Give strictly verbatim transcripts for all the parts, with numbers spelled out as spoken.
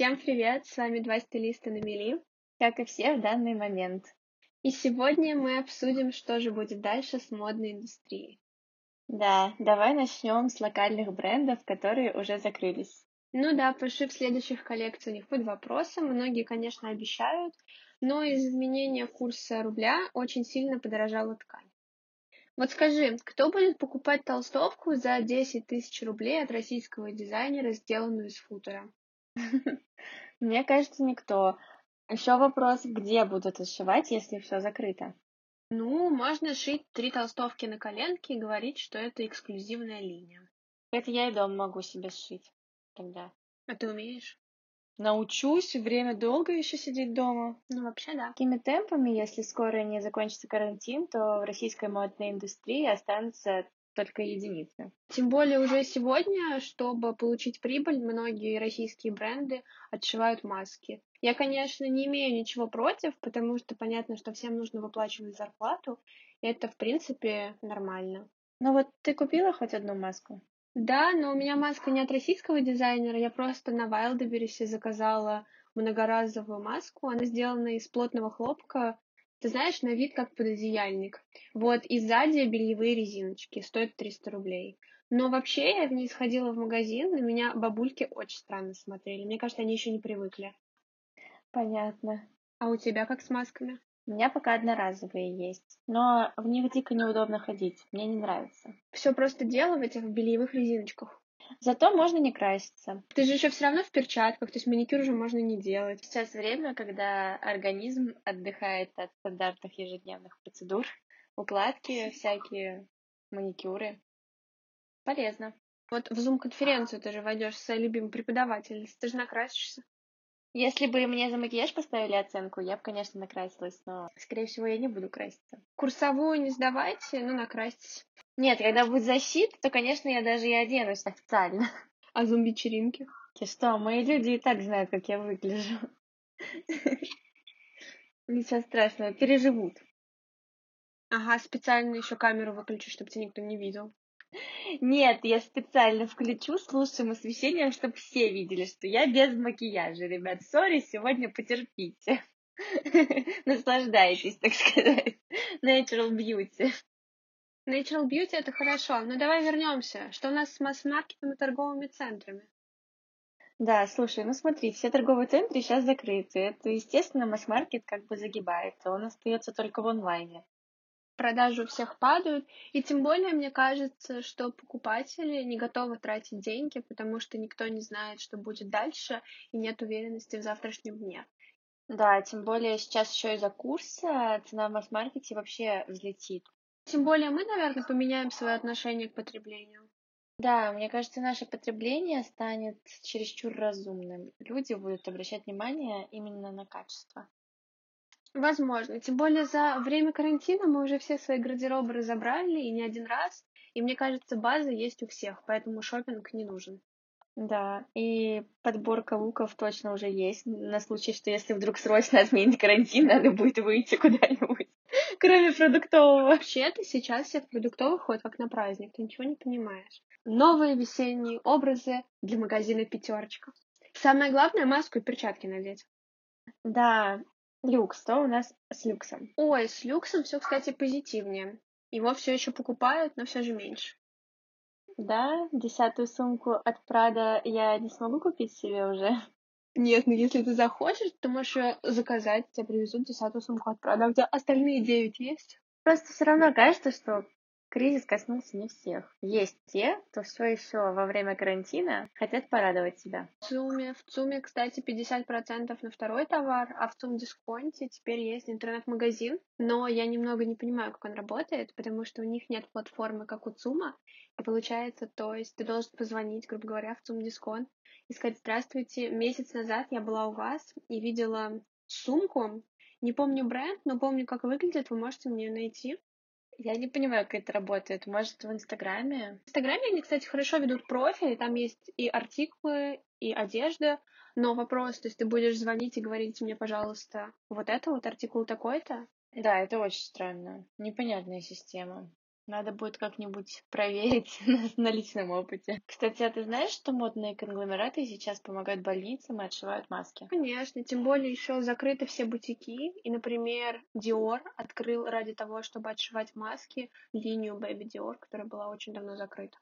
Всем привет! С вами два стилиста на мели. Как и все в данный момент. И сегодня мы обсудим, что же будет дальше с модной индустрией. Да, давай начнем с локальных брендов, которые уже закрылись. Ну да, пошив следующих коллекций у них под вопросом. Многие, конечно, обещают, но из изменения курса рубля очень сильно подорожала ткань. Вот скажи, кто будет покупать толстовку за десять тысяч рублей от российского дизайнера, сделанную из футера? Мне кажется, никто. Еще вопрос, где будут отшивать, если все закрыто? Ну, можно шить три толстовки на коленке и говорить, что это эксклюзивная линия. Это я и дома могу себе сшить тогда. А ты умеешь? Научусь, время долго еще сидеть дома. Ну, вообще, да. Такими темпами, если скоро не закончится карантин, то в российской модной индустрии останутся только единицы. Тем более уже сегодня, чтобы получить прибыль, многие российские бренды отшивают маски. Я, конечно, не имею ничего против, потому что понятно, что всем нужно выплачивать зарплату, и это, в принципе, нормально. Ну вот ты купила хоть одну маску? Да, но у меня маска не от российского дизайнера, я просто на Wildberries заказала многоразовую маску. Она сделана из плотного хлопка, ты знаешь, на вид как пододеяльник. Вот, и сзади бельевые резиночки, стоит триста рублей. Но вообще я в ней сходила в магазин, на меня бабульки очень странно смотрели. Мне кажется, они еще не привыкли. Понятно. А у тебя как с масками? У меня пока одноразовые есть, но в них дико неудобно ходить, мне не нравится. Все просто дело в этих бельевых резиночках. Зато можно не краситься. Ты же еще все равно в перчатках, то есть маникюр уже можно не делать. Сейчас время, когда организм отдыхает от стандартных ежедневных процедур, укладки всякие, маникюры. Полезно. Вот в зум-конференцию ты же войдешь с своей любимой преподавательницей, ты же накрасишься. Если бы мне за макияж поставили оценку, я бы, конечно, накрасилась, но, скорее всего, я не буду краситься. Курсовую не сдавайте, но накрасьтесь. Нет, когда будет защита, то, конечно, я даже и оденусь официально. А зум-вечеринки? И что, мои люди и так знают, как я выгляжу. Ничего страшного, переживут. Ага, специально еще камеру выключу, чтобы тебя никто не видел. Нет, я специально включу с лучшим освещением, чтобы все видели, что я без макияжа. Ребят, сори, сегодня потерпите. Наслаждайтесь, так сказать. Natural beauty. Natural Beauty это хорошо, но давай вернемся. Что у нас с масс-маркетом и торговыми центрами? Да, слушай, ну смотри, все торговые центры сейчас закрыты. Это, естественно, масс-маркет как бы загибается. Он остается только в онлайне. Продажи у всех падают, и тем более мне кажется, что покупатели не готовы тратить деньги, потому что никто не знает, что будет дальше, и нет уверенности в завтрашнем дне. Да, тем более сейчас еще из-за курса цена в масс-маркете вообще взлетит. Тем более мы, наверное, поменяем свое отношение к потреблению. Да, мне кажется, наше потребление станет чересчур разумным. Люди будут обращать внимание именно на качество. Возможно. Тем более за время карантина мы уже все свои гардеробы разобрали, и не один раз. И мне кажется, база есть у всех, поэтому шопинг не нужен. Да, и подборка луков точно уже есть, на случай, что если вдруг срочно отменить карантин, надо будет выйти куда-нибудь, кроме продуктового. Вообще-то сейчас все в продуктовых ходят как на праздник, ты ничего не понимаешь. Новые весенние образы для магазина «Пятерочка». Самое главное — маску и перчатки надеть. Да, люкс, что у нас с люксом? Ой, с люксом все, кстати, позитивнее. Его все еще покупают, но все же меньше. Да, десятую сумку от Прада я не смогу купить себе уже. Нет, ну если ты захочешь, ты можешь её заказать, тебе привезут десятую сумку от Прада. А у тебя остальные девять есть? Просто все равно кажется, что кризис коснулся не всех. Есть те, кто все еще во время карантина хотят порадовать себя. В ЦУМе, в ЦУМе, кстати, пятьдесят процентов на второй товар, а в ЦУМ-дисконте теперь есть интернет-магазин. Но я немного не понимаю, как он работает, потому что у них нет платформы, как у ЦУМа. И получается, то есть ты должен позвонить, грубо говоря, в ЦУМ-дисконт и сказать: здравствуйте, месяц назад я была у вас и видела сумку. Не помню бренд, но помню, как выглядит, вы можете мне ее найти. Я не понимаю, как это работает. Может, в Инстаграме? В Инстаграме они, кстати, хорошо ведут профиль, там есть и артикулы, и одежда, но вопрос, то есть ты будешь звонить и говорить мне, пожалуйста, вот это вот артикул такой-то. Да, это очень странно. Непонятная система. Надо будет как-нибудь проверить на, на личном опыте. Кстати, а ты знаешь, что модные конгломераты сейчас помогают больницам и отшивают маски? Конечно, тем более еще закрыты все бутики. И, например, Dior открыл ради того, чтобы отшивать маски, линию Baby Dior, которая была очень давно закрыта.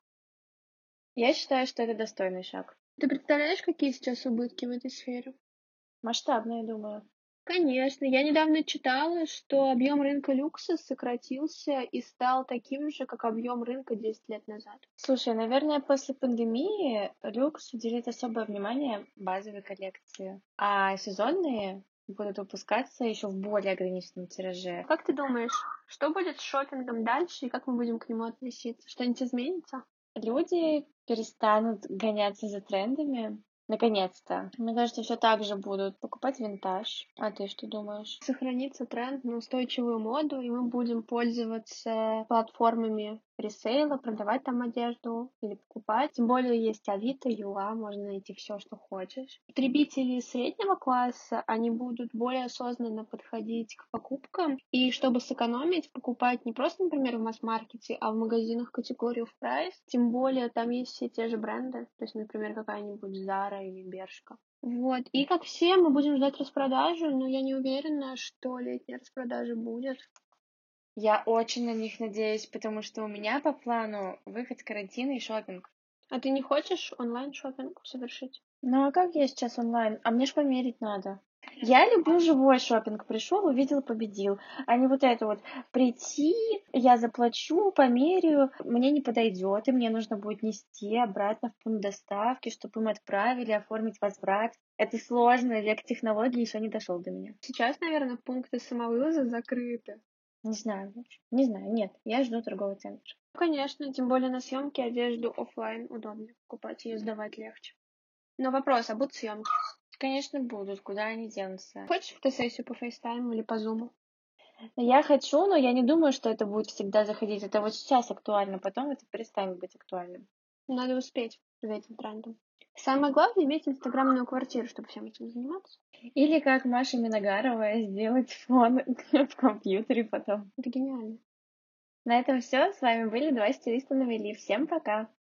Я считаю, что это достойный шаг. Ты представляешь, какие сейчас убытки в этой сфере? Масштабно, я думаю. Конечно, я недавно читала, что объем рынка люкса сократился и стал таким же, как объем рынка десять лет назад. Слушай, наверное, после пандемии люкс уделит особое внимание базовой коллекции, а сезонные будут выпускаться еще в более ограниченном тираже. Как ты думаешь, что будет с шопингом дальше и как мы будем к нему относиться? Что-нибудь изменится? Люди перестанут гоняться за трендами. Наконец-то. Мне кажется, все так же будут покупать винтаж. А ты что думаешь? Сохранится тренд на устойчивую моду, и мы будем пользоваться платформами ресейла, продавать там одежду или покупать. Тем более есть Авито, Юла, можно найти все, что хочешь. Потребители среднего класса, они будут более осознанно подходить к покупкам, и чтобы сэкономить, покупать не просто, например, в масс-маркете, а в магазинах категорию в прайс. Тем более там есть все те же бренды, то есть, например, какая-нибудь Zara или Бершка. Вот. И как все, мы будем ждать распродажи, но я не уверена, что летняя распродажа будет. Я очень на них надеюсь, потому что у меня по плану выход с карантина и шопинг. А ты не хочешь онлайн-шопинг совершить? Ну а как я сейчас онлайн? А мне ж померить надо. Я люблю живой шопинг. Пришел, увидел, победил. А не вот это вот прийти, я заплачу, померяю, мне не подойдет, и мне нужно будет нести обратно в пункт доставки, чтобы им отправили, оформить возврат. Это сложно, век технологий еще не дошел до меня. Сейчас, наверное, пункты самовывоза закрыты. Не знаю, не знаю, нет, я жду торговый центр. Ну, конечно, тем более на съемке одежду оффлайн удобнее покупать, ее сдавать легче. Но вопрос, а будут съемки? Конечно, будут, куда они денутся. Хочешь фотосессию по фейстайму или по зуму? Я хочу, но я не думаю, что это будет всегда заходить. Это вот сейчас актуально, потом это перестанет быть актуальным. Надо успеть за этим трендом. Самое главное иметь инстаграмную квартиру, чтобы всем этим заниматься. Или как Маша Миногарова сделать фон в компьютере потом. Это гениально. На этом все. С вами были два стилиста на мели. Всем пока!